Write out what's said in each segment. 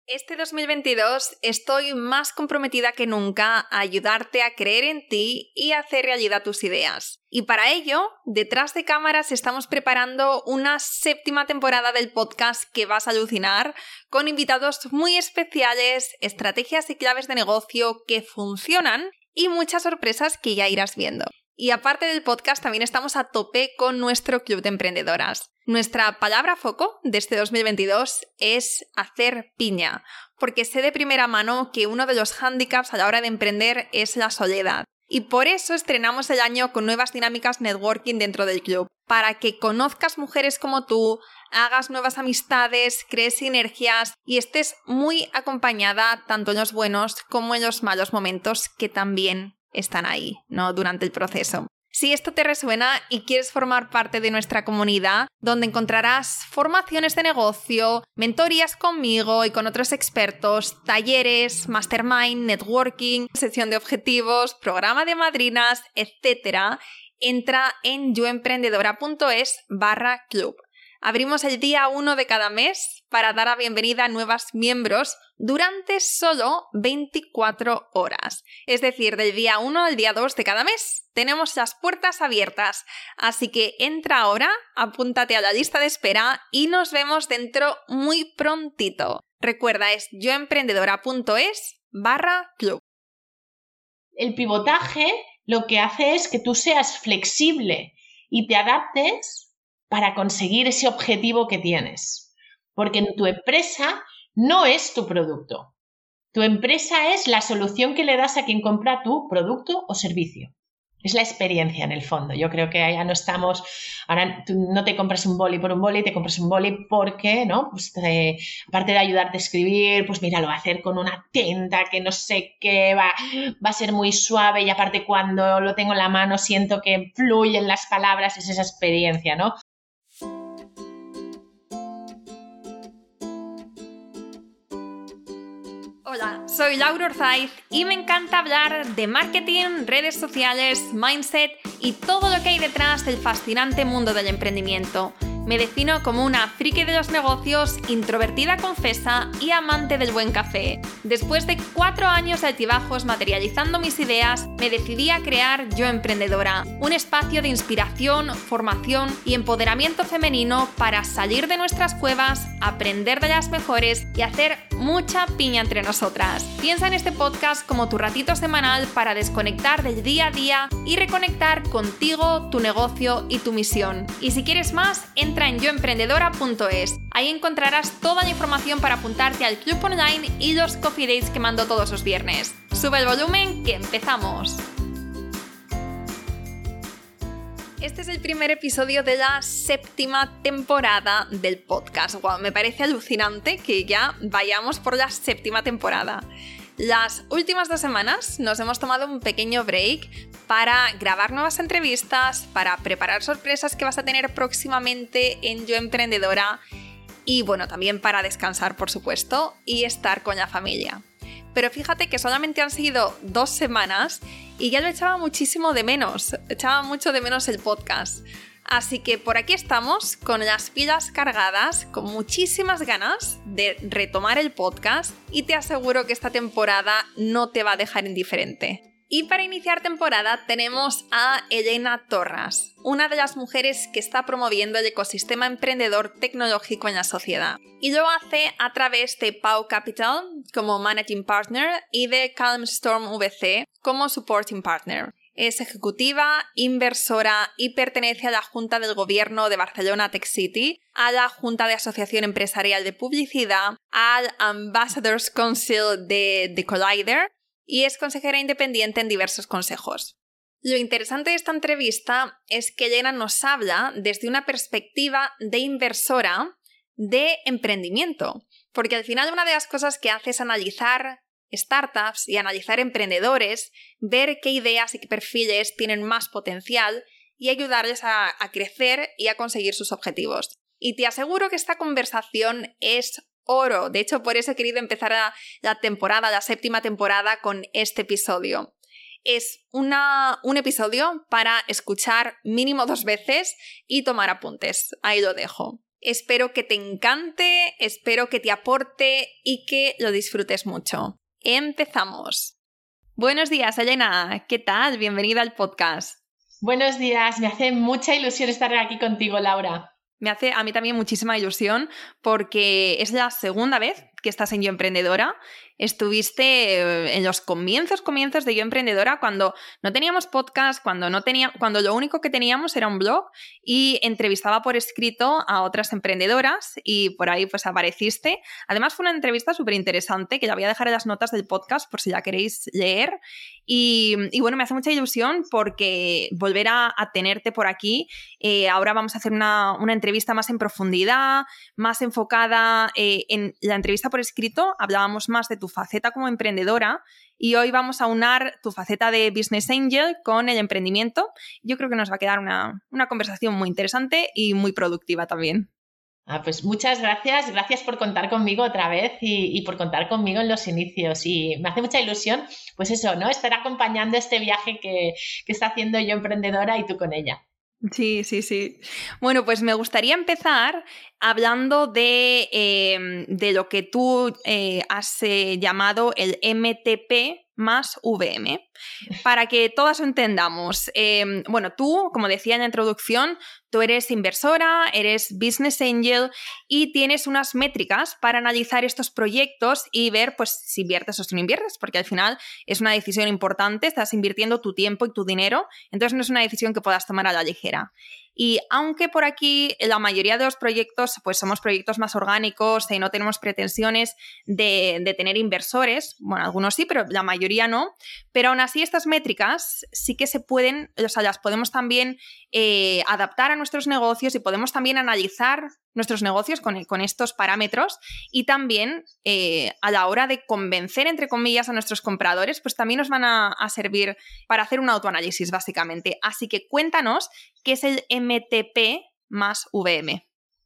Este 2022 estoy más comprometida que nunca a ayudarte a creer en ti y a hacer realidad tus ideas. Y para ello, detrás de cámaras estamos preparando una 7ª temporada del podcast que vas a alucinar, con invitados muy especiales, estrategias y claves de negocio que funcionan y muchas sorpresas que ya irás viendo. Y aparte del podcast, también estamos a tope con nuestro Club de Emprendedoras. Nuestra palabra foco de este 2022 es hacer piña, porque sé de primera mano que uno de los hándicaps a la hora de emprender es la soledad. Y por eso estrenamos el año con nuevas dinámicas networking dentro del club, para que conozcas mujeres como tú, hagas nuevas amistades, crees sinergias y estés muy acompañada tanto en los buenos como en los malos momentos que también están ahí, ¿no? Durante el proceso. Si esto te resuena y quieres formar parte de nuestra comunidad, donde encontrarás formaciones de negocio, mentorías conmigo y con otros expertos, talleres, mastermind, networking, sesión de objetivos, programa de madrinas, etc., entra en yoemprendedora.es/club. Abrimos el día 1 de cada mes para dar la bienvenida a nuevos miembros durante solo 24 horas. Es decir, del día 1 al día 2 de cada mes tenemos las puertas abiertas. Así que entra ahora, apúntate a la lista de espera y nos vemos dentro muy prontito. Recuerda, es yoemprendedora.es/club. El pivotaje lo que hace es que tú seas flexible y te adaptes para conseguir ese objetivo que tienes. Porque tu empresa no es tu producto. Tu empresa es la solución que le das a quien compra tu producto o servicio. Es la experiencia en el fondo. Yo creo que ya no estamos... Ahora tú no te compras un boli por un boli, te compras un boli porque, ¿no? Pues aparte de ayudarte a escribir, pues mira, lo va a hacer con una tinta que no sé qué, va a ser muy suave y aparte cuando lo tengo en la mano siento que fluyen las palabras, es esa experiencia, ¿no? Hola, soy Laura Orzaiz y me encanta hablar de marketing, redes sociales, mindset y todo lo que hay detrás del fascinante mundo del emprendimiento. Me defino como una friki de los negocios, introvertida confesa y amante del buen café. Después de 4 años de altibajos materializando mis ideas, me decidí a crear Yo Emprendedora, un espacio de inspiración, formación y empoderamiento femenino para salir de nuestras cuevas, aprender de las mejores y hacer mucha piña entre nosotras. Piensa en este podcast como tu ratito semanal para desconectar del día a día y reconectar contigo, tu negocio y tu misión. Y si quieres más, entra en yoemprendedora.es. Ahí encontrarás toda la información para apuntarte al club online y los coffee dates que mando todos los viernes. Sube el volumen que empezamos. Este es el primer episodio de la 7ª temporada del podcast. Wow, me parece alucinante que ya vayamos por la 7ª temporada. Las últimas 2 semanas nos hemos tomado un pequeño break para grabar nuevas entrevistas, para preparar sorpresas que vas a tener próximamente en Yo Emprendedora y bueno, también para descansar, por supuesto, y estar con la familia. Pero fíjate que solamente han sido 2 semanas y ya lo echaba muchísimo de menos, echaba mucho de menos el podcast. Así que por aquí estamos, con las pilas cargadas, con muchísimas ganas de retomar el podcast y te aseguro que esta temporada no te va a dejar indiferente. Y para iniciar temporada tenemos a Elena Torras, una de las mujeres que está promoviendo el ecosistema emprendedor tecnológico en la sociedad. Y lo hace a través de Pau Capital como Managing Partner y de Calm Storm VC como Supporting Partner. Es ejecutiva, inversora y pertenece a la Junta del Gobierno de Barcelona Tech City, a la Junta de Asociación Empresarial de Publicidad, al Ambassadors Council de Collider y es consejera independiente en diversos consejos. Lo interesante de esta entrevista es que Elena nos habla desde una perspectiva de inversora de emprendimiento, porque al final una de las cosas que hace es analizar startups y analizar emprendedores, ver qué ideas y qué perfiles tienen más potencial y ayudarles a crecer y a conseguir sus objetivos. Y te aseguro que esta conversación es oro. De hecho, por eso he querido empezar la 7ª temporada con este episodio. Es un episodio para escuchar mínimo 2 veces y tomar apuntes. Ahí lo dejo. Espero que te encante, espero que te aporte y que lo disfrutes mucho. ¡Empezamos! Buenos días, Elena. ¿Qué tal? Bienvenida al podcast. Buenos días. Me hace mucha ilusión estar aquí contigo, Laura. Me hace a mí también muchísima ilusión porque es la segunda vez que estás en Yo Emprendedora. Estuviste en los comienzos de Yo Emprendedora cuando no teníamos podcast, cuando lo único que teníamos era un blog y entrevistaba por escrito a otras emprendedoras y por ahí pues apareciste. Además fue una entrevista súper interesante que la voy a dejar en las notas del podcast por si la queréis leer. Y bueno, me hace mucha ilusión porque volver a tenerte por aquí. Ahora vamos a hacer una entrevista más en profundidad, más enfocada en la entrevista por escrito. Hablábamos más de tu faceta como emprendedora y hoy vamos a unar tu faceta de Business Angel con el emprendimiento. Yo creo que nos va a quedar una conversación muy interesante y muy productiva también. Pues muchas gracias. Gracias por contar conmigo otra vez y por contar conmigo en los inicios. Y me hace mucha ilusión, pues eso, ¿no? Estar acompañando este viaje que está haciendo Yo Emprendedora y tú con ella. Sí. Bueno, pues me gustaría empezar hablando de lo que tú has llamado el MTP más VM. Para que todas lo entendamos. Bueno, tú, como decía en la introducción, tú eres inversora, eres business angel y tienes unas métricas para analizar estos proyectos y ver pues, si inviertes o si no inviertes, porque al final es una decisión importante, estás invirtiendo tu tiempo y tu dinero, entonces no es una decisión que puedas tomar a la ligera. Y aunque por aquí la mayoría de los proyectos pues somos proyectos más orgánicos y no tenemos pretensiones de tener inversores, bueno, algunos sí, pero la mayoría no, pero aún así estas métricas sí que se pueden, o sea, las podemos también adaptar a nuestros negocios y podemos también analizar nuestros negocios con estos parámetros y también a la hora de convencer, entre comillas, a nuestros compradores, pues también nos van a servir para hacer un autoanálisis, básicamente. Así que cuéntanos qué es el MTP más VM.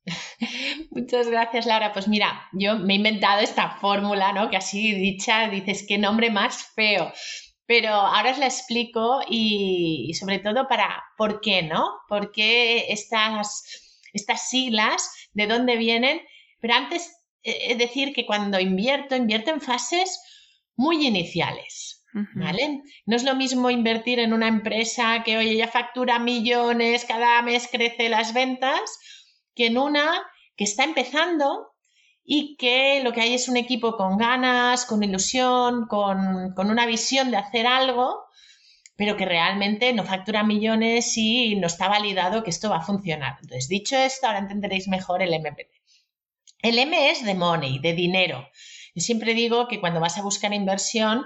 Muchas gracias, Laura. Pues mira, yo me he inventado esta fórmula, ¿no? Que así dicha, dices, qué nombre más feo. Pero ahora os la explico y sobre todo ¿por qué, no? ¿Por qué estas siglas? ¿De dónde vienen? Pero antes decir que cuando invierto en fases muy iniciales, ¿vale? No es lo mismo invertir en una empresa que, oye, ya factura millones, cada mes crece las ventas, que en una que está empezando y que lo que hay es un equipo con ganas, con ilusión, con una visión de hacer algo, pero que realmente no factura millones y no está validado que esto va a funcionar. Entonces, dicho esto, ahora entenderéis mejor el MPP. El M es de money, de dinero. Yo siempre digo que cuando vas a buscar inversión,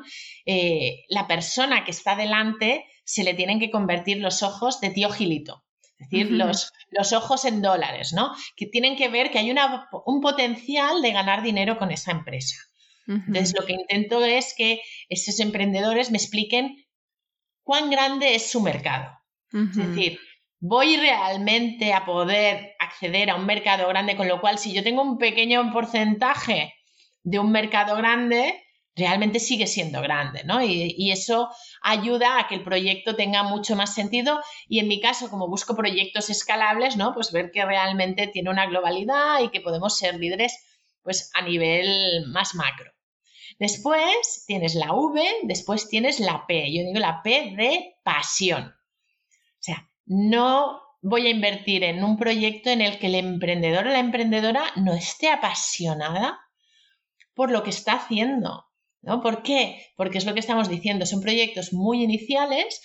la persona que está delante se le tienen que convertir los ojos de tío Gilito. Es decir, los ojos en dólares, ¿no? Que tienen que ver que hay un potencial de ganar dinero con esa empresa. Entonces, lo que intento es que esos emprendedores me expliquen cuán grande es su mercado. Es decir, ¿voy realmente a poder acceder a un mercado grande? Con lo cual, si yo tengo un pequeño porcentaje de un mercado grande, realmente sigue siendo grande, ¿no? Y eso ayuda a que el proyecto tenga mucho más sentido y en mi caso, como busco proyectos escalables, ¿no? Pues ver que realmente tiene una globalidad y que podemos ser líderes pues a nivel más macro. Después tienes la V, después tienes la P. Yo digo la P de pasión. O sea, no voy a invertir en un proyecto en el que el emprendedor o la emprendedora no esté apasionada por lo que está haciendo, ¿no? ¿Por qué? Porque es lo que estamos diciendo, son proyectos muy iniciales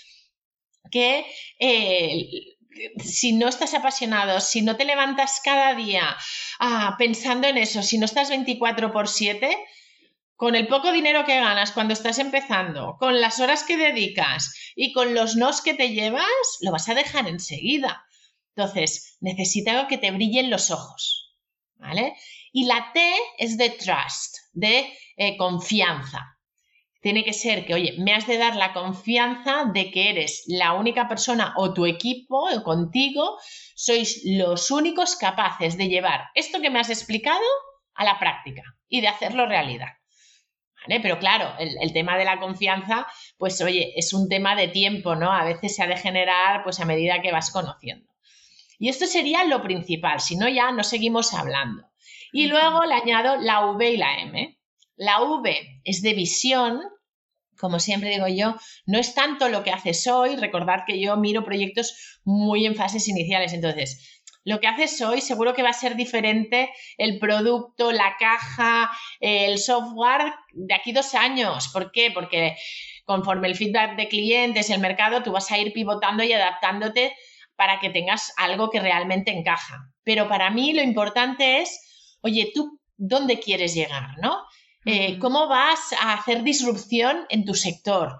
que si no estás apasionado, si no te levantas cada día pensando en eso, si no estás 24/7, con el poco dinero que ganas cuando estás empezando, con las horas que dedicas y con los nos que te llevas, lo vas a dejar enseguida. Entonces, necesito que te brillen los ojos, ¿vale? Y la T es de trust, de confianza. Tiene que ser que, oye, me has de dar la confianza de que eres la única persona o tu equipo o contigo sois los únicos capaces de llevar esto que me has explicado a la práctica y de hacerlo realidad. ¿Vale? Pero claro, el tema de la confianza, pues oye, es un tema de tiempo, ¿no? A veces se ha de generar pues a medida que vas conociendo. Y esto sería lo principal, si no ya no seguimos hablando. Y luego le añado la V y la M. La V es de visión, como siempre digo yo, no es tanto lo que haces hoy, recordad que yo miro proyectos muy en fases iniciales, entonces lo que haces hoy seguro que va a ser diferente el producto, la caja, el software de aquí 2 años. ¿Por qué? Porque conforme el feedback de clientes, el mercado, tú vas a ir pivotando y adaptándote para que tengas algo que realmente encaja. Pero para mí lo importante es, oye, ¿tú dónde quieres llegar, no? ¿Cómo vas a hacer disrupción en tu sector?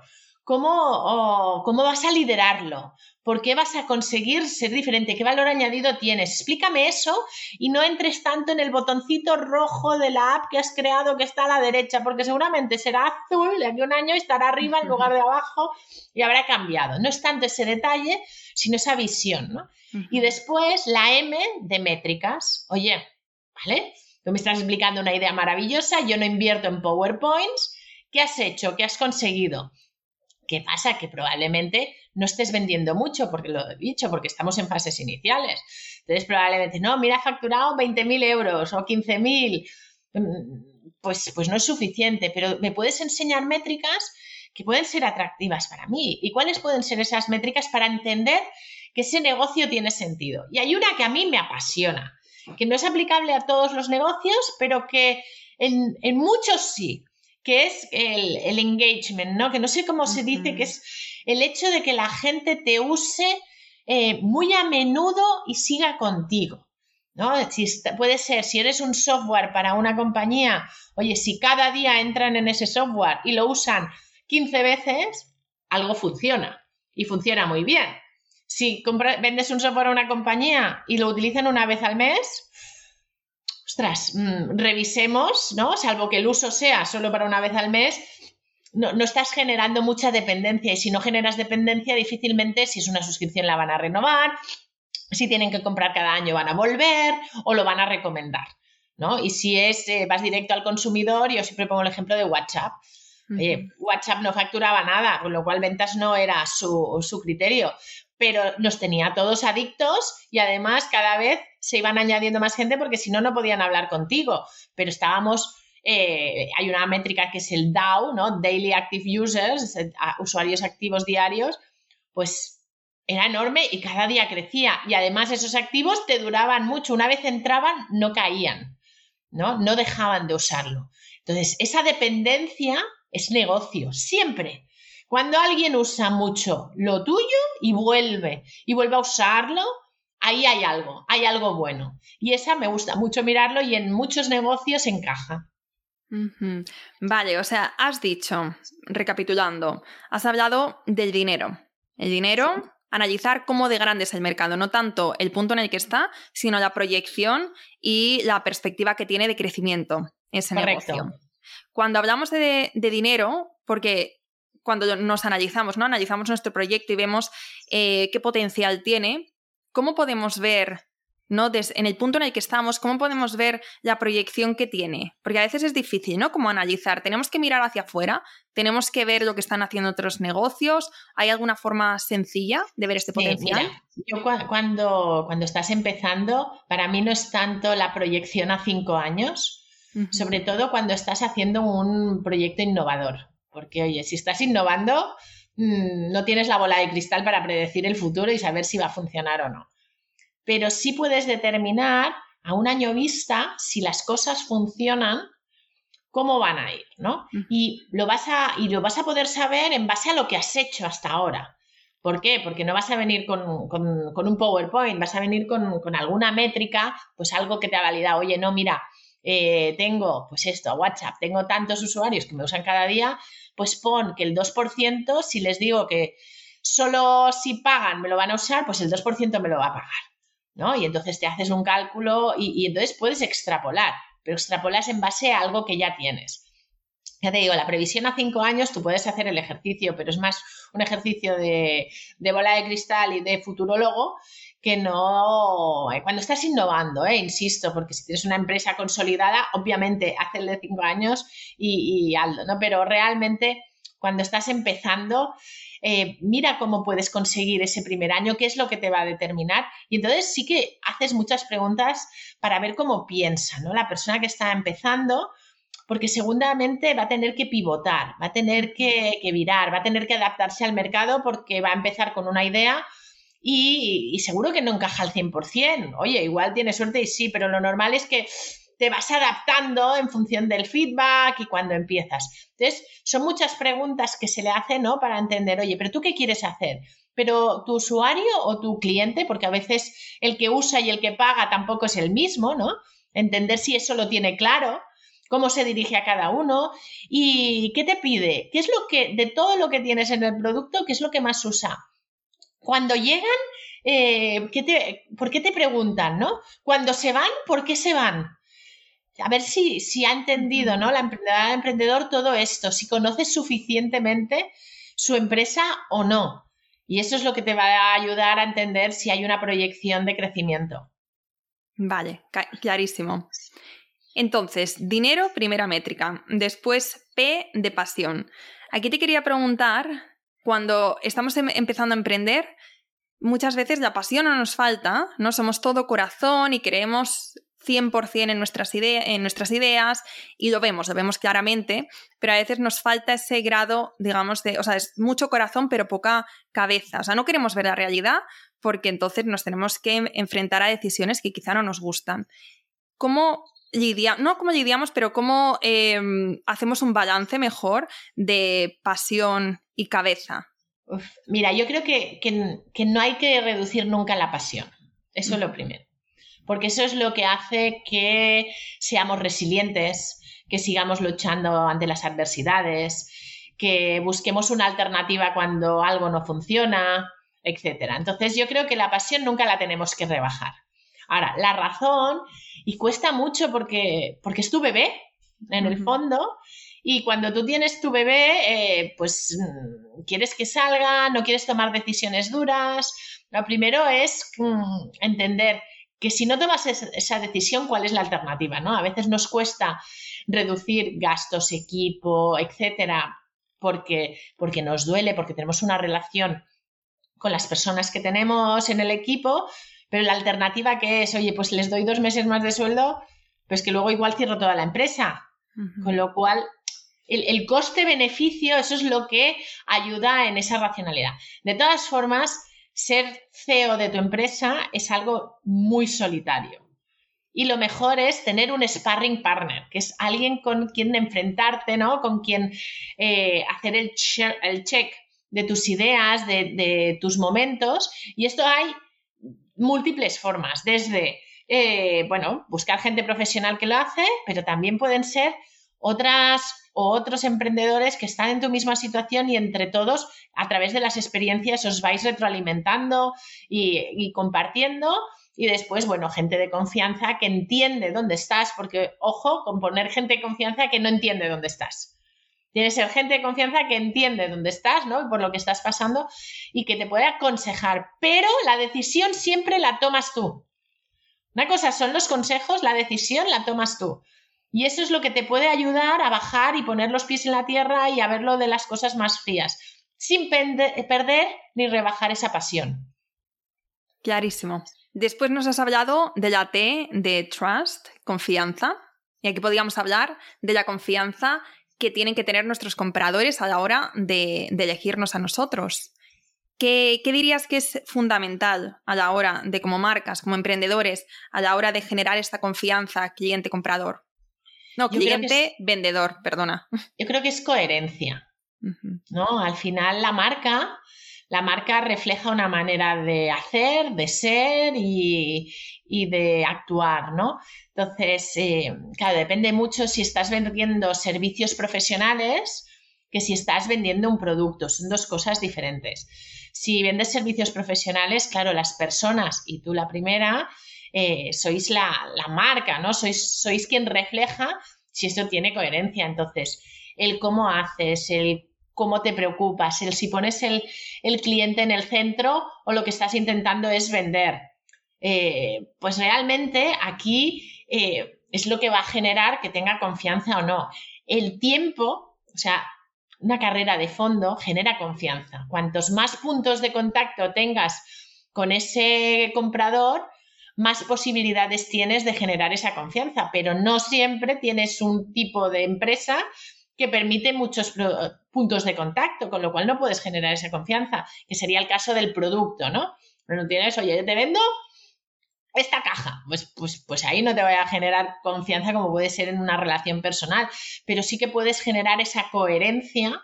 ¿Cómo vas a liderarlo? ¿Por qué vas a conseguir ser diferente? ¿Qué valor añadido tienes? Explícame eso y no entres tanto en el botoncito rojo de la app que has creado que está a la derecha, porque seguramente será azul de aquí a un año y estará arriba en lugar de abajo y habrá cambiado. No es tanto ese detalle, sino esa visión, ¿no? Y después la M de métricas. Oye, ¿vale? Tú me estás explicando una idea maravillosa, yo no invierto en PowerPoints. ¿Qué has hecho? ¿Qué has conseguido? ¿Qué pasa? Que probablemente no estés vendiendo mucho, porque lo he dicho, porque estamos en fases iniciales. Entonces, probablemente, no, mira, he facturado 20.000 euros o 15.000. Pues no es suficiente, pero me puedes enseñar métricas que pueden ser atractivas para mí. ¿Y cuáles pueden ser esas métricas para entender que ese negocio tiene sentido? Y hay una que a mí me apasiona, que no es aplicable a todos los negocios, pero que en muchos sí, que es el engagement, ¿no? Que no sé cómo se dice, que es el hecho de que la gente te use muy a menudo y siga contigo, ¿no? Puede ser, si eres un software para una compañía, oye, si cada día entran en ese software y lo usan 15 veces, algo funciona y funciona muy bien. Si vendes un software a una compañía y lo utilizan una vez al mes, ostras, revisemos, ¿no? Salvo que el uso sea solo para una vez al mes, no estás generando mucha dependencia, y si no generas dependencia, difícilmente, si es una suscripción, la van a renovar, si tienen que comprar cada año van a volver o lo van a recomendar, ¿no? Y si vas directo al consumidor, yo siempre pongo el ejemplo de WhatsApp. WhatsApp no facturaba nada, con lo cual ventas no era su criterio, pero nos tenía todos adictos y además cada vez se iban añadiendo más gente porque si no, no podían hablar contigo. Pero estábamos, hay una métrica que es el DAU, ¿no? Daily Active Users, usuarios activos diarios, pues era enorme y cada día crecía. Y además esos activos te duraban mucho. Una vez entraban, no caían, ¿no? No dejaban de usarlo. Entonces, esa dependencia es negocio, siempre. Cuando alguien usa mucho lo tuyo y vuelve a usarlo, ahí hay algo bueno. Y esa me gusta mucho mirarlo y en muchos negocios encaja. Vale, o sea, has dicho, recapitulando, has hablado del dinero. El dinero, sí. Analizar cómo de grande es el mercado, no tanto el punto en el que está, sino la proyección y la perspectiva que tiene de crecimiento ese Correcto. negocio. Cuando hablamos de dinero, porque cuando nos analizamos, ¿no? Analizamos nuestro proyecto y vemos qué potencial tiene, ¿cómo podemos ver, ¿no? En el punto en el que estamos, cómo podemos ver la proyección que tiene? Porque a veces es difícil, ¿no? Como analizar. Tenemos que mirar hacia afuera, tenemos que ver lo que están haciendo otros negocios. ¿Hay alguna forma sencilla de ver este potencial? Mira, yo cuando estás empezando, para mí no es tanto la proyección a 5 años, sobre todo cuando estás haciendo un proyecto innovador. Porque, oye, si estás innovando, no tienes la bola de cristal para predecir el futuro y saber si va a funcionar o no. Pero sí puedes determinar a un año vista si las cosas funcionan, cómo van a ir, ¿no? Y lo vas a poder saber en base a lo que has hecho hasta ahora. ¿Por qué? Porque no vas a venir con un PowerPoint, vas a venir con alguna métrica, pues algo que te ha validado. Oye, no, mira, tengo, pues esto, WhatsApp, tengo tantos usuarios que me usan cada día, pues pon que el 2%, si les digo que solo si pagan me lo van a usar, pues el 2% me lo va a pagar, ¿no? Y entonces te haces un cálculo y entonces puedes extrapolar, pero extrapolas en base a algo que ya tienes. Ya te digo, la previsión a 5 años tú puedes hacer el ejercicio, pero es más un ejercicio de bola de cristal y de futurólogo que no... Cuando estás innovando, insisto, porque si tienes una empresa consolidada, obviamente haz el de 5 años y hazlo, ¿no? Pero realmente cuando estás empezando, mira cómo puedes conseguir ese primer año, qué es lo que te va a determinar. Y entonces sí que haces muchas preguntas para ver cómo piensa, ¿no? La persona que está empezando, porque seguramente va a tener que pivotar, va a tener que virar, va a tener que adaptarse al mercado porque va a empezar con una idea y seguro que no encaja al 100%. Oye, igual tiene suerte y sí, pero lo normal es que te vas adaptando en función del feedback y cuando empiezas. Entonces, son muchas preguntas que se le hacen, ¿no? Para entender, oye, ¿pero tú qué quieres hacer? Pero tu usuario o tu cliente, porque a veces el que usa y el que paga tampoco es el mismo, ¿no? Entender si eso lo tiene claro, cómo se dirige a cada uno y qué te pide, qué es lo que, de todo lo que tienes en el producto, qué es lo que más usa. Cuando llegan, ¿por qué te preguntan, ¿no? Cuando se van, ¿por qué se van? A ver si ha entendido, ¿no? La emprendedora, el emprendedor, todo esto, si conoce suficientemente su empresa o no. Y eso es lo que te va a ayudar a entender si hay una proyección de crecimiento. Vale, clarísimo. Entonces, dinero, primera métrica. Después, P de pasión. Aquí te quería preguntar, cuando estamos empezando a emprender, muchas veces la pasión no nos falta, ¿no? Somos todo corazón y creemos 100% en nuestras ideas y lo vemos claramente, pero a veces nos falta ese grado, digamos, o sea, es mucho corazón pero poca cabeza. O sea, no queremos ver la realidad porque entonces nos tenemos que enfrentar a decisiones que quizá no nos gustan. ¿Cómo lidiamos, pero cómo hacemos un balance mejor de pasión y cabeza? Mira, yo creo que no hay que reducir nunca la pasión. Eso es lo primero. Porque eso es lo que hace que seamos resilientes, que sigamos luchando ante las adversidades, que busquemos una alternativa cuando algo no funciona, etc. Entonces yo creo que la pasión nunca la tenemos que rebajar. Ahora, la razón, y cuesta mucho porque es tu bebé, en el fondo, y cuando tú tienes tu bebé, pues quieres que salga, no quieres tomar decisiones duras. Lo primero es entender que si no tomas esa decisión, ¿cuál es la alternativa? ¿No? A veces nos cuesta reducir gastos, equipo, etcétera, porque nos duele, porque tenemos una relación con las personas que tenemos en el equipo, pero la alternativa que es, oye, pues les doy 2 meses más de sueldo, pues que luego igual cierro toda la empresa. Con lo cual, el coste-beneficio, eso es lo que ayuda en esa racionalidad. De todas formas, ser CEO de tu empresa es algo muy solitario. Y lo mejor es tener un sparring partner, que es alguien con quien enfrentarte, ¿no? Con quien hacer el check de tus ideas, de tus momentos. Y esto hay múltiples formas, desde, buscar gente profesional que lo hace, pero también pueden ser otros emprendedores que están en tu misma situación y entre todos, a través de las experiencias, os vais retroalimentando y compartiendo. Y después, gente de confianza que entiende dónde estás, porque, ojo, con poner gente de confianza que no entiende dónde estás. Tiene que ser gente de confianza que entiende dónde estás, ¿no? Y por lo que estás pasando y que te puede aconsejar. Pero la decisión siempre la tomas tú. Una cosa son los consejos, la decisión la tomas tú. Y eso es lo que te puede ayudar a bajar y poner los pies en la tierra y a verlo de las cosas más frías, sin perder ni rebajar esa pasión. Clarísimo. Después nos has hablado de la T de trust, confianza. Y aquí podríamos hablar de la confianza que tienen que tener nuestros compradores a la hora de elegirnos a nosotros. ¿Qué dirías que es fundamental a la hora de, como marcas, como emprendedores, a la hora de generar esta confianza cliente-comprador? No, cliente-vendedor, perdona. Yo creo que es coherencia, ¿no? Al final la marca refleja una manera de hacer, de ser y de actuar, ¿no? Entonces, claro, depende mucho si estás vendiendo servicios profesionales que si estás vendiendo un producto. Son 2 cosas diferentes. Si vendes servicios profesionales, claro, las personas, y tú la primera, sois la marca, ¿no? Sois quien refleja si esto tiene coherencia. Entonces, el cómo haces, el cómo te preocupas, el si pones el cliente en el centro o lo que estás intentando es vender. Pues realmente aquí es lo que va a generar que tenga confianza o no. El tiempo, o sea, una carrera de fondo genera confianza. Cuantos más puntos de contacto tengas con ese comprador, más posibilidades tienes de generar esa confianza, pero no siempre tienes un tipo de empresa que permite muchos puntos de contacto, con lo cual no puedes generar esa confianza, que sería el caso del producto, ¿no? Pero no tienes, oye, yo te vendo esta caja, pues ahí no te voy a generar confianza como puede ser en una relación personal, pero sí que puedes generar esa coherencia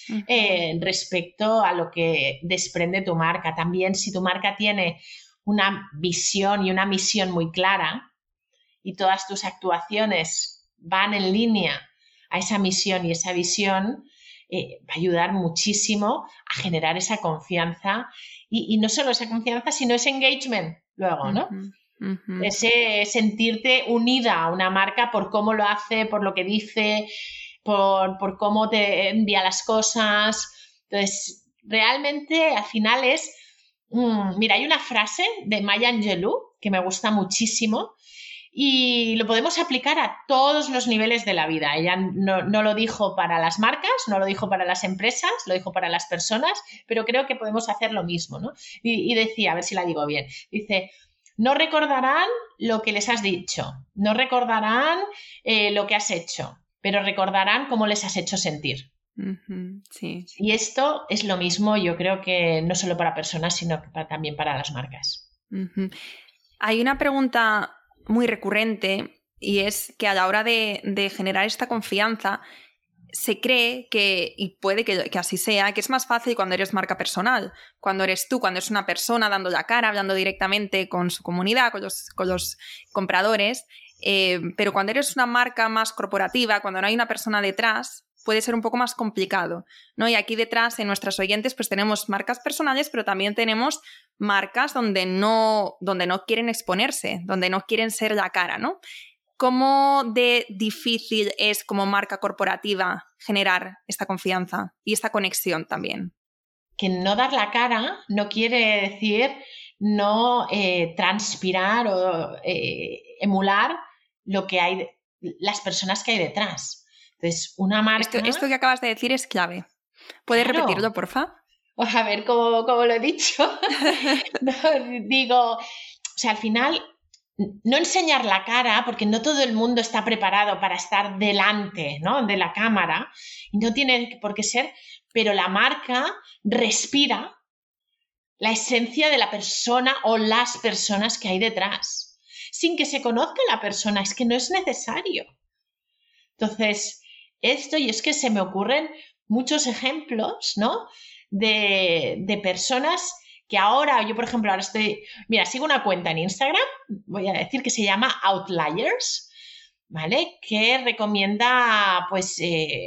respecto a lo que desprende tu marca. También si tu marca tiene una visión y una misión muy clara y todas tus actuaciones van en línea a esa misión y esa visión, va a ayudar muchísimo a generar esa confianza y no solo esa confianza, sino ese engagement luego, ¿no? Ese sentirte unida a una marca por cómo lo hace, por lo que dice, por cómo te envía las cosas. Entonces, realmente al final es... mira, hay una frase de Maya Angelou que me gusta muchísimo y lo podemos aplicar a todos los niveles de la vida. Ella no lo dijo para las marcas, no lo dijo para las empresas, lo dijo para las personas, pero creo que podemos hacer lo mismo, ¿no? Y decía, a ver si la digo bien, dice... No recordarán lo que les has dicho, no recordarán lo que has hecho, pero recordarán cómo les has hecho sentir. Sí. Y esto es lo mismo, yo creo que no solo para personas, sino también para las marcas. Hay una pregunta muy recurrente y es que a la hora de generar esta confianza se cree que, y puede que así sea, que es más fácil cuando eres marca personal, cuando eres tú, cuando es una persona dando la cara, hablando directamente con su comunidad, con los compradores, pero cuando eres una marca más corporativa, cuando no hay una persona detrás, puede ser un poco más complicado, ¿no? Y aquí detrás, en nuestros oyentes, pues tenemos marcas personales, pero también tenemos marcas donde no quieren exponerse, donde no quieren ser la cara, ¿no? ¿Cómo de difícil es como marca corporativa generar esta confianza y esta conexión también? Que no dar la cara no quiere decir no transpirar o emular lo que hay, las personas que hay detrás. Entonces, una marca... Esto que acabas de decir es clave. ¿Puedes repetirlo, porfa? A ver cómo lo he dicho. No, digo, o sea, al final... No enseñar la cara, porque no todo el mundo está preparado para estar delante, ¿no?, de la cámara, y no tiene por qué ser, pero la marca respira la esencia de la persona o las personas que hay detrás, sin que se conozca la persona, es que no es necesario. Entonces, y es que se me ocurren muchos ejemplos, ¿no?, de personas que ahora, yo por ejemplo, sigo una cuenta en Instagram, voy a decir que se llama Outliers, ¿vale? Que recomienda, pues,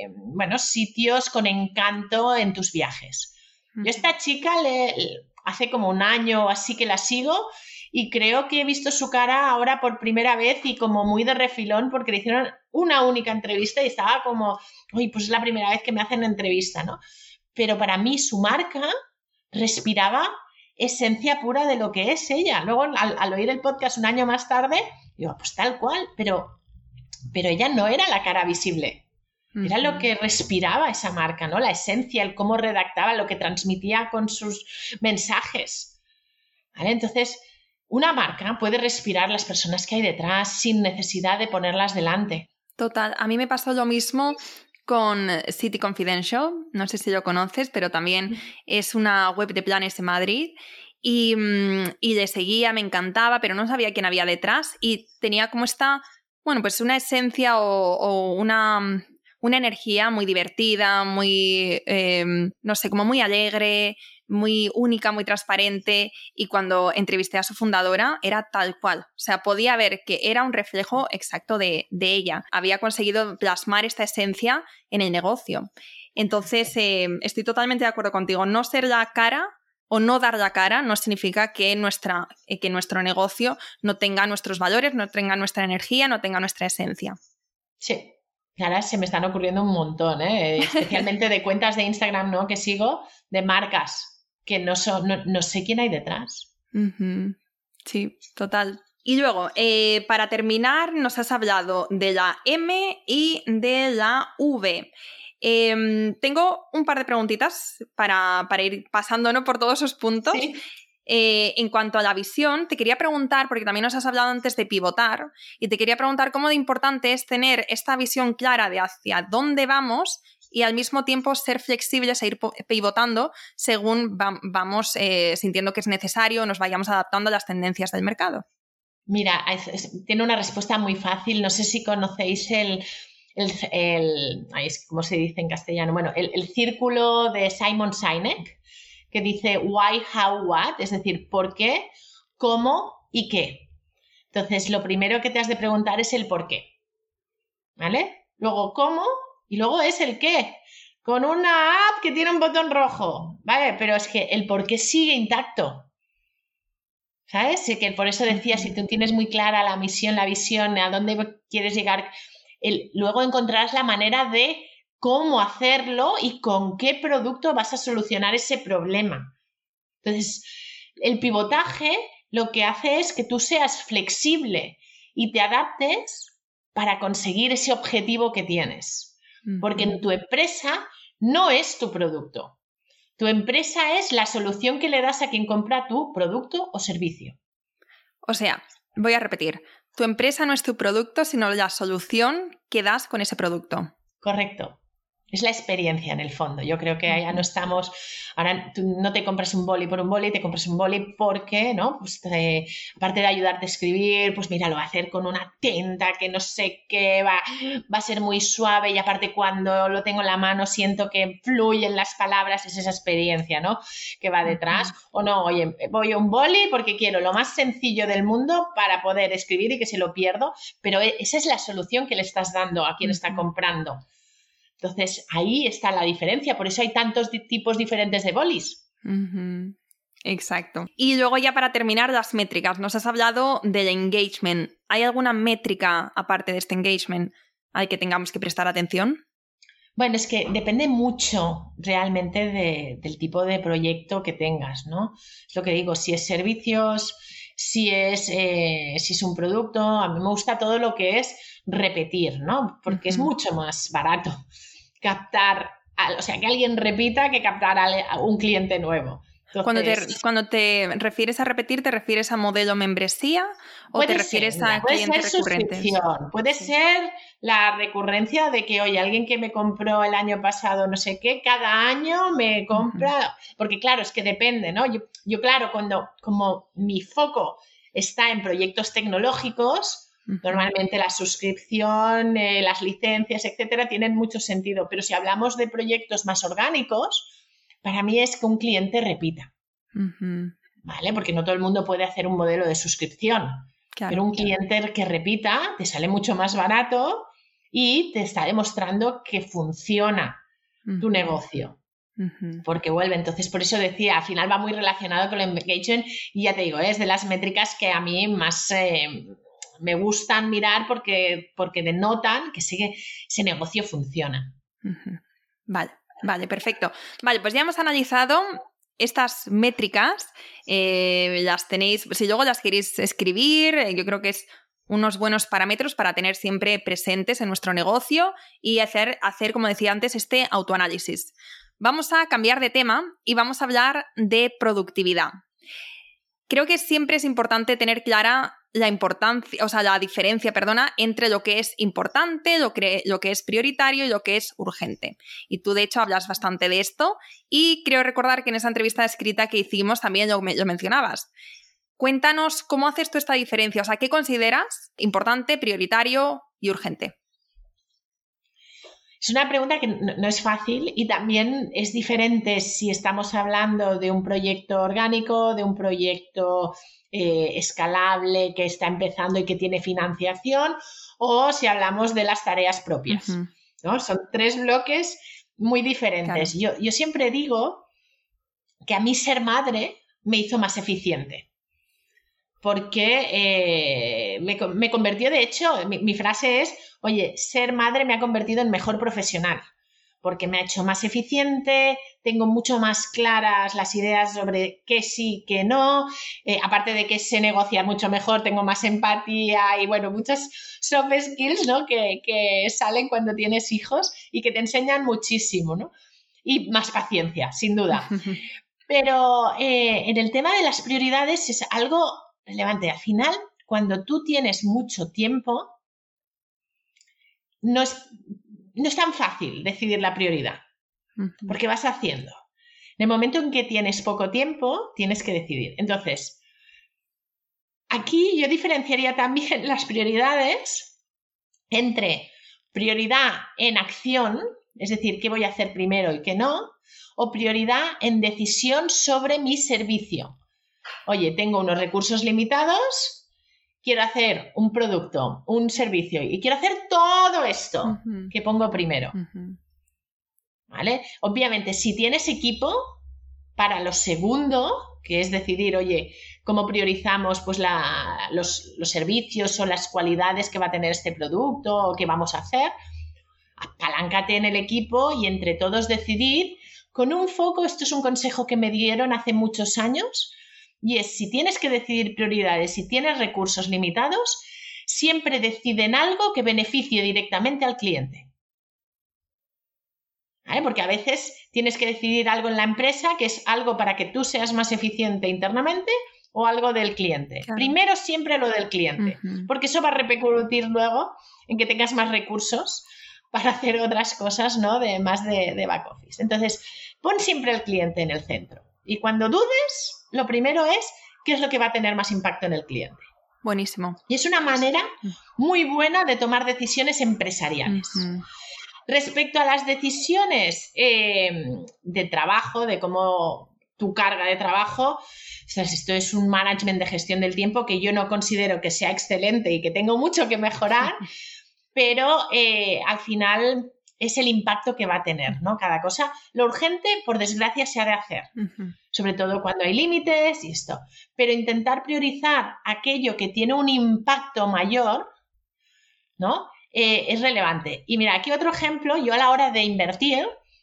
sitios con encanto en tus viajes. Yo a esta chica hace como un año o así que la sigo y creo que he visto su cara ahora por primera vez y como muy de refilón porque le hicieron una única entrevista y estaba como, uy, pues es la primera vez que me hacen entrevista, ¿no? Pero para mí su marca respiraba esencia pura de lo que es ella. Luego, al oír el podcast un año más tarde, digo, pues tal cual, pero ella no era la cara visible. Era lo que respiraba esa marca, ¿no? La esencia, el cómo redactaba, lo que transmitía con sus mensajes. ¿Vale? Entonces, una marca puede respirar las personas que hay detrás sin necesidad de ponerlas delante. Total. A mí me pasó lo mismo con City Confidential, no sé si lo conoces, pero también es una web de planes en Madrid y le seguía, me encantaba, pero no sabía quién había detrás y tenía como pues una esencia o una energía muy divertida, muy, no sé, como muy alegre, muy única, muy transparente, y cuando entrevisté a su fundadora era tal cual, o sea, podía ver que era un reflejo exacto de ella, había conseguido plasmar esta esencia en el negocio. Entonces, estoy totalmente de acuerdo contigo, no ser la cara o no dar la cara no significa que nuestro negocio no tenga nuestros valores, no tenga nuestra energía, no tenga nuestra esencia. Sí. Ahora se me están ocurriendo un montón, especialmente de cuentas de Instagram, ¿no?, que sigo, de marcas que no sé quién hay detrás. Sí, total. Y luego, para terminar, nos has hablado de la M y de la V. Tengo un par de preguntitas para ir pasando, ¿no?, por todos esos puntos. Sí. En cuanto a la visión, te quería preguntar, porque también nos has hablado antes de pivotar, y te quería preguntar cómo de importante es tener esta visión clara de hacia dónde vamos y al mismo tiempo ser flexibles e ir pivotando según vamos sintiendo que es necesario, nos vayamos adaptando a las tendencias del mercado. Mira, tiene una respuesta muy fácil. No sé si conocéis ¿cómo se dice en castellano? Bueno, el círculo de Simon Sinek, que dice why, how, what, es decir, por qué, cómo y qué. Entonces, lo primero que te has de preguntar es el por qué, ¿vale? Luego, cómo, y luego es el qué, con una app que tiene un botón rojo, ¿vale? Pero es que el por qué sigue intacto, ¿sabes? Que por eso decía, si tú tienes muy clara la misión, la visión, a dónde quieres llegar, luego encontrarás la manera de cómo hacerlo y con qué producto vas a solucionar ese problema. Entonces, el pivotaje lo que hace es que tú seas flexible y te adaptes para conseguir ese objetivo que tienes. Porque en tu empresa no es tu producto. Tu empresa es la solución que le das a quien compra tu producto o servicio. O sea, voy a repetir, tu empresa no es tu producto, sino la solución que das con ese producto. Correcto. Es la experiencia en el fondo. Yo creo que ya no estamos... Ahora tú no te compras un boli por un boli, te compras un boli porque, ¿no? Pues aparte de ayudarte a escribir, pues mira, lo va a hacer con una tinta que no sé qué, va a ser muy suave y aparte cuando lo tengo en la mano siento que fluyen las palabras, es esa experiencia, ¿no?, que va detrás. O no, oye, voy a un boli porque quiero lo más sencillo del mundo para poder escribir y que se lo pierdo, pero esa es la solución que le estás dando a quien está comprando. Entonces, ahí está la diferencia. Por eso hay tantos tipos diferentes de bolis. Exacto. Y luego ya para terminar, las métricas. Nos has hablado del engagement. ¿Hay alguna métrica aparte de este engagement al que tengamos que prestar atención? Bueno, es que depende mucho realmente del tipo de proyecto que tengas, ¿no? Es lo que digo, si es servicios, si es un producto, a mí me gusta todo lo que es repetir, ¿no? Porque es mucho más barato captar, o sea, que alguien repita que captar a un cliente nuevo. Entonces, Cuando te refieres a repetir, ¿te refieres a modelo membresía o te refieres a clientes recurrentes? Puede ser la recurrencia de que, oye, alguien que me compró el año pasado no sé qué, cada año me compra, porque claro, es que depende, ¿no? Yo claro, como mi foco está en proyectos tecnológicos, normalmente la suscripción, las licencias, etcétera, tienen mucho sentido, pero si hablamos de proyectos más orgánicos, para mí es que un cliente repita, ¿vale? Porque no todo el mundo puede hacer un modelo de suscripción, pero un cliente que repita te sale mucho más barato y te está demostrando que funciona tu negocio, porque vuelve. Entonces, por eso decía, al final va muy relacionado con el engagement y ya te digo, es de las métricas que a mí más me gustan mirar porque denotan que ese negocio funciona. Vale, perfecto. Vale, pues ya hemos analizado estas métricas, las tenéis, si luego las queréis escribir, yo creo que es unos buenos parámetros para tener siempre presentes en nuestro negocio y hacer, como decía antes, este autoanálisis. Vamos a cambiar de tema y vamos a hablar de productividad. Creo que siempre es importante tener clara la diferencia, entre lo que es importante, lo que es prioritario y lo que es urgente. Y tú, de hecho, hablas bastante de esto y creo recordar que en esa entrevista escrita que hicimos también lo mencionabas. Cuéntanos cómo haces tú esta diferencia, o sea, ¿qué consideras importante, prioritario y urgente? Es una pregunta que no es fácil y también es diferente si estamos hablando de un proyecto orgánico, de un proyecto escalable que está empezando y que tiene financiación, o si hablamos de las tareas propias, ¿no? Son tres bloques muy diferentes. Claro. Yo siempre digo que a mí ser madre me hizo más eficiente. Porque me convirtió, de hecho, mi frase es, oye, ser madre me ha convertido en mejor profesional, porque me ha hecho más eficiente, tengo mucho más claras las ideas sobre qué sí, qué no, aparte de que sé negociar mucho mejor, tengo más empatía y bueno, muchas soft skills, ¿no? que salen cuando tienes hijos y que te enseñan muchísimo, ¿no? Y más paciencia, sin duda. Pero en el tema de las prioridades es algo relevante. Al final, cuando tú tienes mucho tiempo, no es tan fácil decidir la prioridad, porque vas haciendo. En el momento en que tienes poco tiempo, tienes que decidir. Entonces, aquí yo diferenciaría también las prioridades entre prioridad en acción, es decir, qué voy a hacer primero y qué no, o prioridad en decisión sobre mi servicio. Oye, tengo unos recursos limitados, quiero hacer un producto, un servicio y quiero hacer todo esto que pongo primero. ¿Vale? Obviamente, si tienes equipo, para lo segundo, que es decidir, oye, cómo priorizamos pues, los servicios o las cualidades que va a tener este producto o qué vamos a hacer, apaláncate en el equipo y entre todos decidir con un foco. Esto es un consejo que me dieron hace muchos años, y es, si tienes que decidir prioridades, si tienes recursos limitados, siempre deciden algo que beneficie directamente al cliente. ¿Vale? Porque a veces tienes que decidir algo en la empresa que es algo para que tú seas más eficiente internamente o algo del cliente. Claro. Primero siempre lo del cliente, porque eso va a repercutir luego en que tengas más recursos para hacer otras cosas, ¿no? Más de back office. Entonces, pon siempre al cliente en el centro. Y cuando dudes, lo primero es qué es lo que va a tener más impacto en el cliente. Buenísimo. Y es una manera muy buena de tomar decisiones empresariales. Respecto a las decisiones de trabajo, de cómo tu carga de trabajo, esto es un management de gestión del tiempo que yo no considero que sea excelente y que tengo mucho que mejorar, pero al final es el impacto que va a tener, ¿no? Cada cosa. Lo urgente, por desgracia, se ha de hacer, sobre todo cuando hay límites y esto. Pero intentar priorizar aquello que tiene un impacto mayor, ¿no? Es relevante. Y mira, aquí otro ejemplo. Yo a la hora de invertir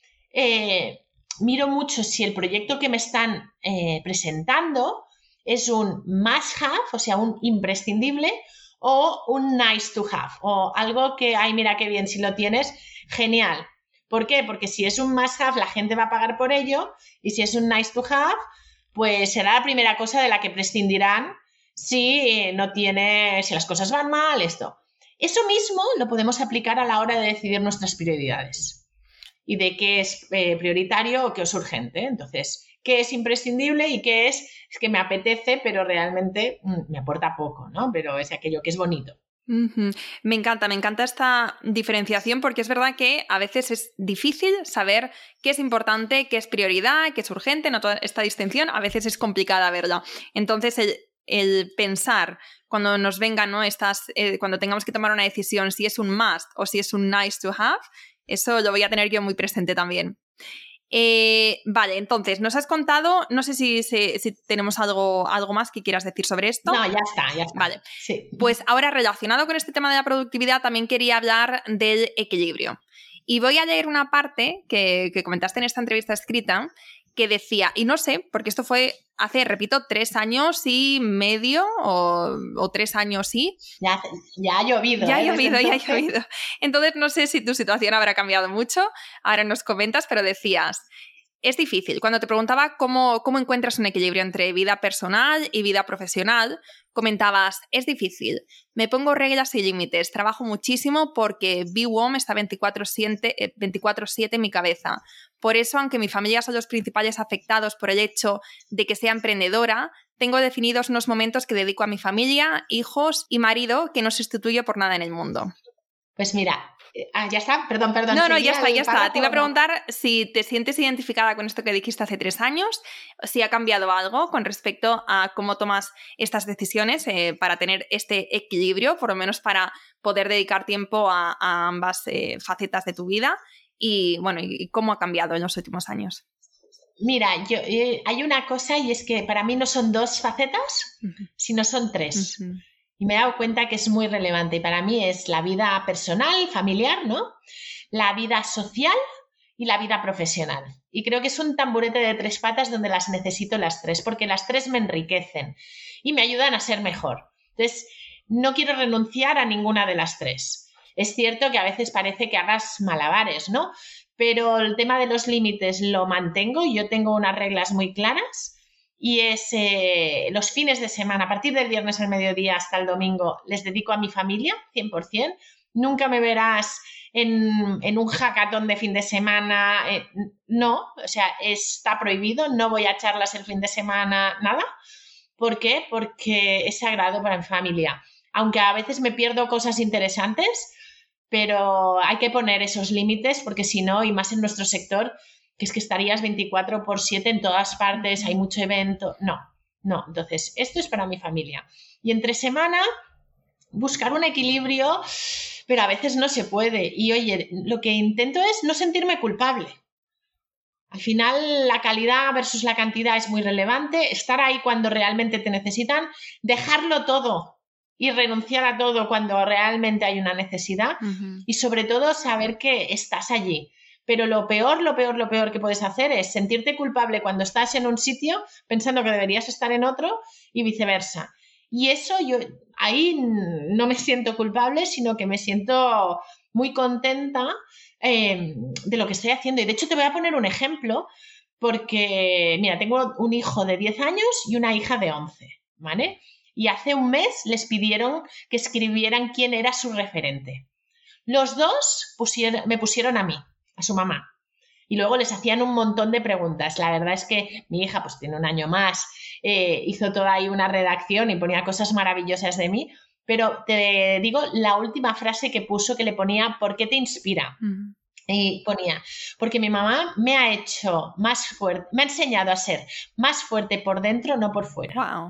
miro mucho si el proyecto que me están presentando es un must have, o sea, un imprescindible, o un nice to have, o algo que, ay, mira qué bien, si lo tienes, genial. ¿Por qué? Porque si es un must have, la gente va a pagar por ello, y si es un nice to have, pues será la primera cosa de la que prescindirán si las cosas van mal, esto. Eso mismo lo podemos aplicar a la hora de decidir nuestras prioridades y de qué es prioritario o qué es urgente. Entonces, qué es imprescindible y qué es que me apetece, pero realmente me aporta poco, ¿no? Pero es aquello que es bonito. Me encanta esta diferenciación, porque es verdad que a veces es difícil saber qué es importante, qué es prioridad, qué es urgente, no toda esta distinción a veces es complicada verla. Entonces el pensar cuando nos vengan, ¿no? Cuando tengamos que tomar una decisión, si es un must o si es un nice to have, eso lo voy a tener yo muy presente también. Vale, entonces nos has contado, no sé si tenemos algo más que quieras decir sobre esto. No, ya está. Vale, sí. Pues ahora, relacionado con este tema de la productividad, también quería hablar del equilibrio. Y voy a leer una parte que comentaste en esta entrevista escrita, que decía, y no sé, porque esto fue hace, repito, 3 años y medio o 3 años y... Ya ha llovido. Ya ha llovido. Entonces no sé si tu situación habrá cambiado mucho, ahora nos comentas, pero decías, es difícil. Cuando te preguntaba cómo encuentras un equilibrio entre vida personal y vida profesional, comentabas, es difícil, me pongo reglas y límites, trabajo muchísimo porque BWOM está 24/7 en mi cabeza. Por eso, aunque mi familia son los principales afectados por el hecho de que sea emprendedora, tengo definidos unos momentos que dedico a mi familia, hijos y marido que no sustituyo por nada en el mundo. Pues mira, ya está, perdón. No, ya está. Te iba a preguntar si te sientes identificada con esto que dijiste hace 3 años, si ha cambiado algo con respecto a cómo tomas estas decisiones para tener este equilibrio, por lo menos para poder dedicar tiempo a ambas facetas de tu vida y, bueno, y cómo ha cambiado en los últimos años. Mira, hay una cosa, y es que para mí no son 2 facetas, sino son 3. Y me he dado cuenta que es muy relevante. Y para mí es la vida personal, familiar, ¿no? La vida social y la vida profesional. Y creo que es un tamburete de 3 patas donde las necesito las 3, porque las 3 me enriquecen y me ayudan a ser mejor. Entonces, no quiero renunciar a ninguna de las 3. Es cierto que a veces parece que hagas malabares, ¿no? Pero el tema de los límites lo mantengo y yo tengo unas reglas muy claras. Y es los fines de semana, a partir del viernes al mediodía hasta el domingo, les dedico a mi familia, 100%. Nunca me verás en un hackathon de fin de semana. No, o sea, está prohibido. No voy a charlas el fin de semana, nada. ¿Por qué? Porque es sagrado para mi familia. Aunque a veces me pierdo cosas interesantes, pero hay que poner esos límites porque si no, y más en nuestro sector, que es que estarías 24/7 en todas partes, hay mucho evento. No. Entonces, esto es para mi familia. Y entre semana, buscar un equilibrio, pero a veces no se puede. Y oye, lo que intento es no sentirme culpable. Al final, la calidad versus la cantidad es muy relevante. Estar ahí cuando realmente te necesitan, dejarlo todo y renunciar a todo cuando realmente hay una necesidad. Y sobre todo, saber que estás allí. Pero lo peor que puedes hacer es sentirte culpable cuando estás en un sitio pensando que deberías estar en otro y viceversa. Y eso yo ahí no me siento culpable, sino que me siento muy contenta de lo que estoy haciendo. Y de hecho te voy a poner un ejemplo porque, mira, tengo un hijo de 10 años y una hija de 11, ¿vale? Y hace un mes les pidieron que escribieran quién era su referente. Los dos me pusieron a mí, a su mamá. Y luego les hacían un montón de preguntas. La verdad es que mi hija pues tiene un año más, hizo toda ahí una redacción y ponía cosas maravillosas de mí, pero te digo la última frase que puso, que le ponía ¿por qué te inspira? Y ponía, porque mi mamá me ha hecho más fuerte, me ha enseñado a ser más fuerte por dentro, no por fuera. Wow.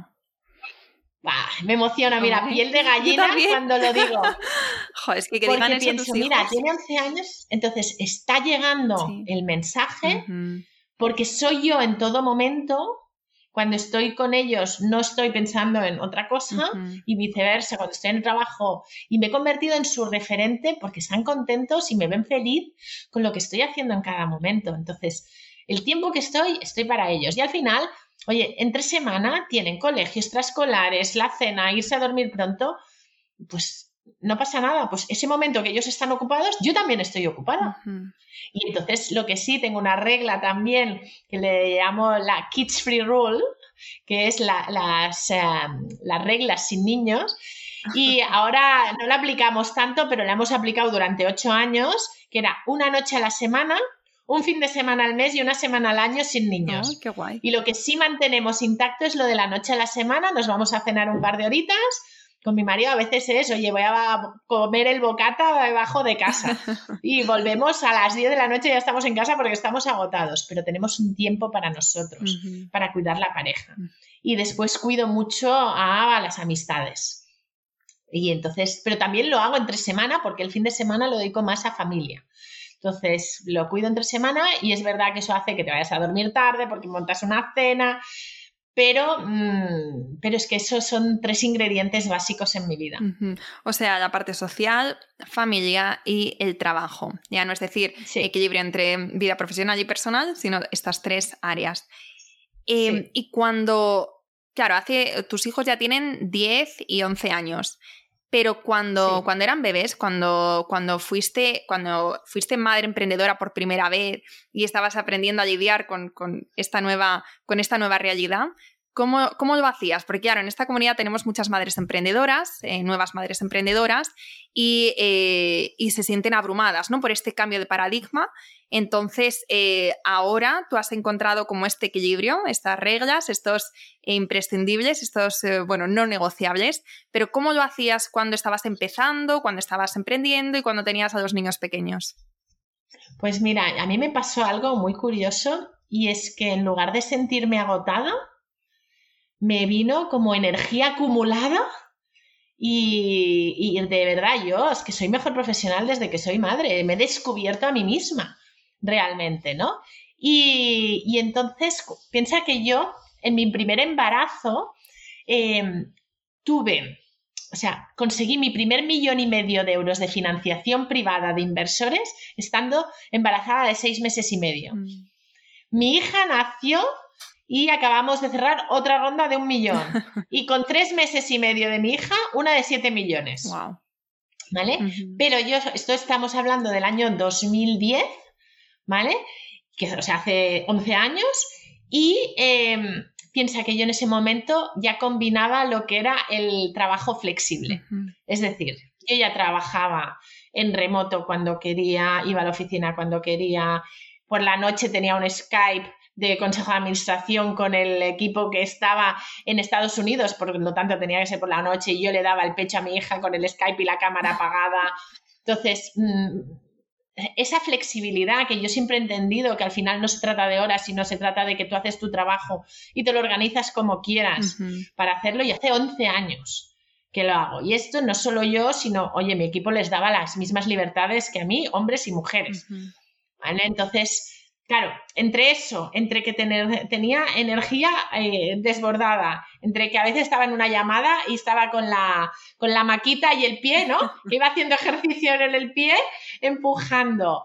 Me emociona, mira, piel de gallina cuando lo digo. Joder, es que porque digan eso pienso, tus hijos. Mira, tiene 11 años, entonces está llegando el mensaje, porque soy yo en todo momento. Cuando estoy con ellos no estoy pensando en otra cosa y viceversa, cuando estoy en el trabajo, y me he convertido en su referente porque están contentos y me ven feliz con lo que estoy haciendo en cada momento. Entonces, el tiempo que estoy para ellos. Y al final, oye, entre semana tienen colegios extraescolares, la cena, irse a dormir pronto, pues no pasa nada. Pues ese momento que ellos están ocupados, yo también estoy ocupada. Y entonces lo que sí, tengo una regla también que le llamo la Kids Free Rule, que es las reglas sin niños. Y ahora no la aplicamos tanto, pero la hemos aplicado durante 8 años, que era una noche a la semana, un fin de semana al mes y una semana al año sin niños. Oh, qué guay. Y lo que sí mantenemos intacto es lo de la noche a la semana. Nos vamos a cenar un par de horitas. Con mi marido a veces es, oye, voy a comer el bocata debajo de casa. Y volvemos a las 10 de la noche y ya estamos en casa porque estamos agotados. Pero tenemos un tiempo para nosotros, para cuidar la pareja. Y después cuido mucho a las amistades. Y entonces, pero también lo hago entre semana porque el fin de semana lo dedico más a familia. Entonces, lo cuido entre semana y es verdad que eso hace que te vayas a dormir tarde porque montas una cena, pero es que esos son 3 ingredientes básicos en mi vida. O sea, la parte social, familia y el trabajo. Ya no es decir equilibrio entre vida profesional y personal, sino estas 3 áreas. Y cuando, claro, tus hijos ya tienen 10 y 11 años. Pero cuando eran bebés, cuando fuiste madre emprendedora por primera vez y estabas aprendiendo a lidiar con esta nueva realidad, ¿cómo lo hacías? Porque claro, en esta comunidad tenemos muchas madres emprendedoras, nuevas madres emprendedoras, y se sienten abrumadas, ¿no?, por este cambio de paradigma. Entonces, ahora tú has encontrado como este equilibrio, estas reglas, estos imprescindibles, estos, no negociables, pero ¿cómo lo hacías cuando estabas empezando, cuando estabas emprendiendo y cuando tenías a los niños pequeños? Pues mira, a mí me pasó algo muy curioso y es que en lugar de sentirme agotada, me vino como energía acumulada. Y de verdad, yo es que soy mejor profesional desde que soy madre. Me he descubierto a mí misma, realmente, ¿no? Y entonces, piensa que yo, en mi primer embarazo, tuve o sea, conseguí mi primer 1,5 millones de euros de financiación privada de inversores estando embarazada de 6 meses y medio. Mi hija nació y acabamos de cerrar otra ronda de 1 millón. Y con 3 meses y medio de mi hija, una de 7 millones. Wow. ¿Vale? Pero esto estamos hablando del año 2010, ¿vale? O sea, hace 11 años. Y piensa que yo en ese momento ya combinaba lo que era el trabajo flexible. Es decir, yo ya trabajaba en remoto cuando quería, iba a la oficina cuando quería, por la noche tenía un Skype de consejo de administración con el equipo que estaba en Estados Unidos, por lo tanto tenía que ser por la noche y yo le daba el pecho a mi hija con el Skype y la cámara apagada. Entonces, esa flexibilidad que yo siempre he entendido que al final no se trata de horas, sino se trata de que tú haces tu trabajo y te lo organizas como quieras para hacerlo, y hace 11 años que lo hago. Y esto no solo yo, sino, oye, mi equipo les daba las mismas libertades que a mí, hombres y mujeres. ¿Vale? Entonces, claro, entre eso, entre que tenía energía desbordada, entre que a veces estaba en una llamada y estaba con la maquita y el pie, ¿no? Que iba haciendo ejercicio en el pie, empujando.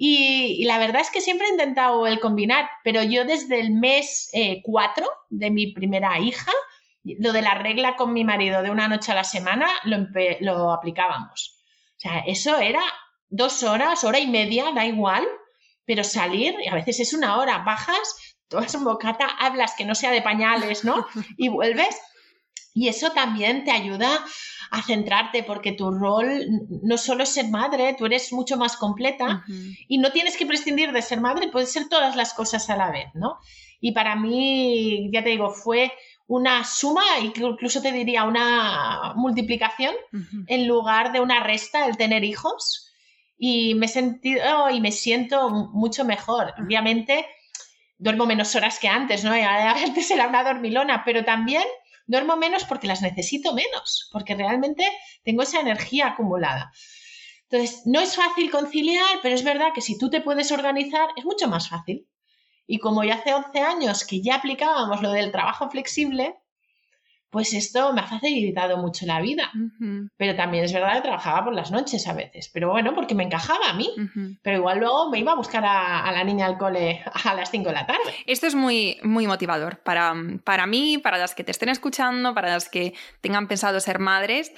Y la verdad es que siempre he intentado el combinar, pero yo desde el mes 4 de mi primera hija, lo de la regla con mi marido de una noche a la semana, lo aplicábamos. O sea, eso era 2 horas, hora y media, da igual, pero salir, y a veces es 1 hora, bajas, tomas un bocata, hablas que no sea de pañales, ¿no? Y vuelves. Y eso también te ayuda a centrarte, porque tu rol no solo es ser madre, tú eres mucho más completa y no tienes que prescindir de ser madre, puedes ser todas las cosas a la vez, ¿no? Y para mí, ya te digo, fue una suma, incluso te diría una multiplicación en lugar de una resta el tener hijos. Y me he sentido y me siento mucho mejor. Obviamente duermo menos horas que antes, ¿no? Antes era una dormilona, pero también duermo menos porque las necesito menos, porque realmente tengo esa energía acumulada. Entonces, no es fácil conciliar, pero es verdad que si tú te puedes organizar, es mucho más fácil. Y como ya hace 11 años que ya aplicábamos lo del trabajo flexible, pues esto me ha facilitado mucho la vida. Pero también es verdad que trabajaba por las noches a veces. Pero bueno, porque me encajaba a mí. Pero igual luego me iba a buscar a la niña al cole a las 5 de la tarde. Esto es muy, muy motivador para mí, para las que te estén escuchando, para las que tengan pensado ser madres.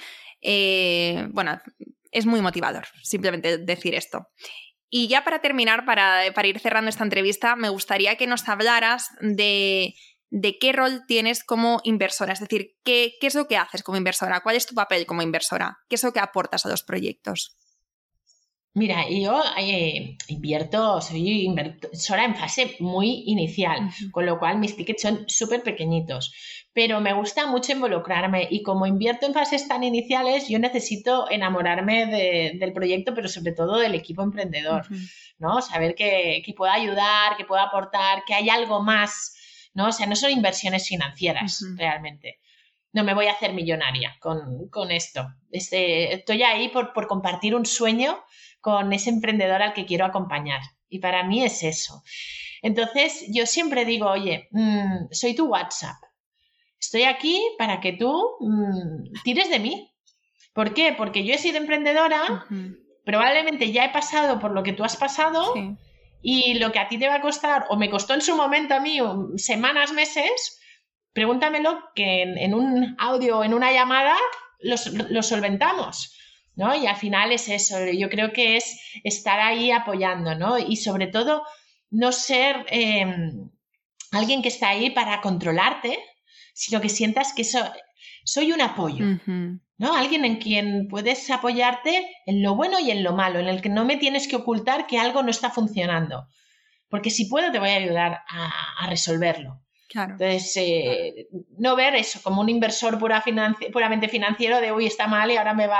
Bueno, es muy motivador simplemente decir esto. Y ya para terminar, para ir cerrando esta entrevista, me gustaría que nos hablaras de qué rol tienes como inversora. Es decir, ¿qué es lo que haces como inversora? ¿Cuál es tu papel como inversora? ¿Qué es lo que aportas a los proyectos? Mira, yo invierto, soy inversora en fase muy inicial, con lo cual mis tickets son súper pequeñitos, pero me gusta mucho involucrarme, y como invierto en fases tan iniciales, yo necesito enamorarme del proyecto, pero sobre todo del equipo emprendedor, ¿no? Saber que puedo ayudar, que puedo aportar, que hay algo más, ¿no? O sea, no son inversiones financieras realmente. No me voy a hacer millonaria con esto. Estoy ahí por compartir un sueño con ese emprendedor al que quiero acompañar. Y para mí es eso. Entonces, yo siempre digo, oye, soy tu WhatsApp. Estoy aquí para que tú tires de mí. ¿Por qué? Porque yo he sido emprendedora, probablemente ya he pasado por lo que tú has pasado, y lo que a ti te va a costar, o me costó en su momento a mí semanas, meses, pregúntamelo, que en un audio o en una llamada lo solventamos, ¿no? Y al final es eso, yo creo que es estar ahí apoyando, ¿no? Y sobre todo no ser alguien que está ahí para controlarte, sino que sientas que soy un apoyo, ¿no? Alguien en quien puedes apoyarte en lo bueno y en lo malo, en el que no me tienes que ocultar que algo no está funcionando, porque si puedo te voy a ayudar a resolverlo. Claro. Entonces, no ver eso como un inversor puramente financiero de uy, está mal y ahora me va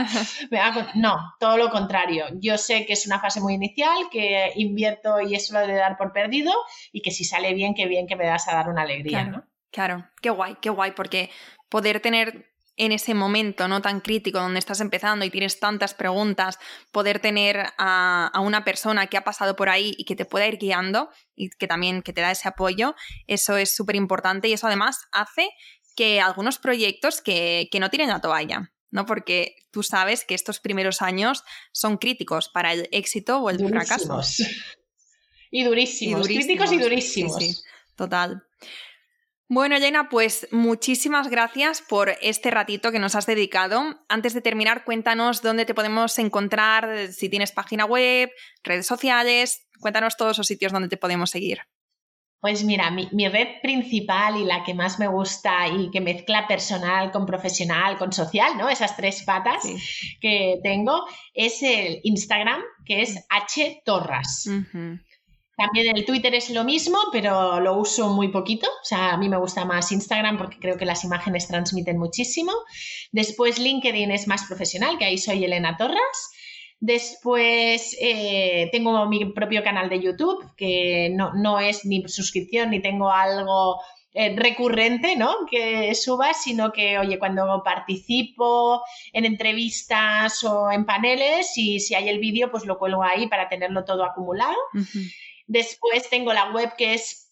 a... No, todo lo contrario. Yo sé que es una fase muy inicial, que invierto y eso lo he de dar por perdido, y que si sale bien que me vas a dar una alegría, claro, ¿no? Claro, qué guay, porque poder tener en ese momento no tan crítico donde estás empezando y tienes tantas preguntas, poder tener a una persona que ha pasado por ahí y que te pueda ir guiando y que también que te da ese apoyo, eso es súper importante, y eso además hace que algunos proyectos que no tienen la toalla, ¿no? Porque tú sabes que estos primeros años son críticos para el éxito o el fracaso. Y durísimos, críticos y durísimos. Sí, total. Bueno, Elena, pues muchísimas gracias por este ratito que nos has dedicado. Antes de terminar, cuéntanos dónde te podemos encontrar, si tienes página web, redes sociales, cuéntanos todos los sitios donde te podemos seguir. Pues mira, mi red principal y la que más me gusta y que mezcla personal con profesional, con social, ¿no? Esas 3 patas que tengo, es el Instagram, que es htorras. También el Twitter es lo mismo, pero lo uso muy poquito. O sea, a mí me gusta más Instagram porque creo que las imágenes transmiten muchísimo. Después LinkedIn es más profesional, que ahí soy Elena Torras. Después tengo mi propio canal de YouTube, que no es ni suscripción ni tengo algo recurrente, ¿no? Que suba, sino que, oye, cuando participo en entrevistas o en paneles y si hay el vídeo, pues lo cuelgo ahí para tenerlo todo acumulado. Después tengo la web que es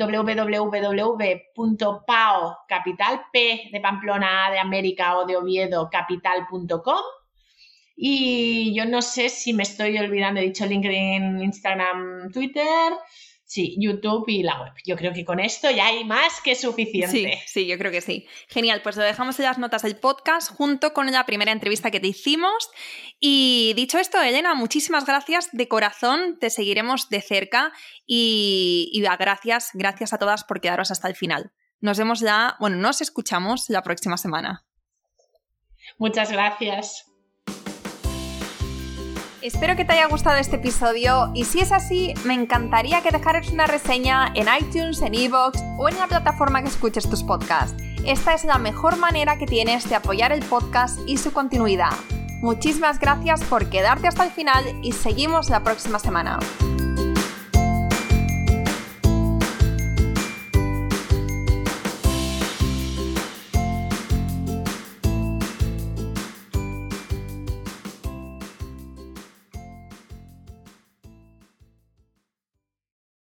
www.pao, capital, P de Pamplona, A de América o de Oviedo, capital.com. Y yo no sé si me estoy olvidando, he dicho LinkedIn, Instagram, Twitter, sí, YouTube y la web. Yo creo que con esto ya hay más que suficiente. Sí, yo creo que sí. Genial, pues lo dejamos en las notas del podcast junto con la primera entrevista que te hicimos. Y dicho esto, Elena, muchísimas gracias de corazón, te seguiremos de cerca y gracias a todas por quedaros hasta el final. Nos escuchamos la próxima semana. Muchas gracias. Espero que te haya gustado este episodio y si es así, me encantaría que dejaras una reseña en iTunes, en iVoox o en la plataforma que escuches tus podcasts. Esta es la mejor manera que tienes de apoyar el podcast y su continuidad. Muchísimas gracias por quedarte hasta el final y seguimos la próxima semana.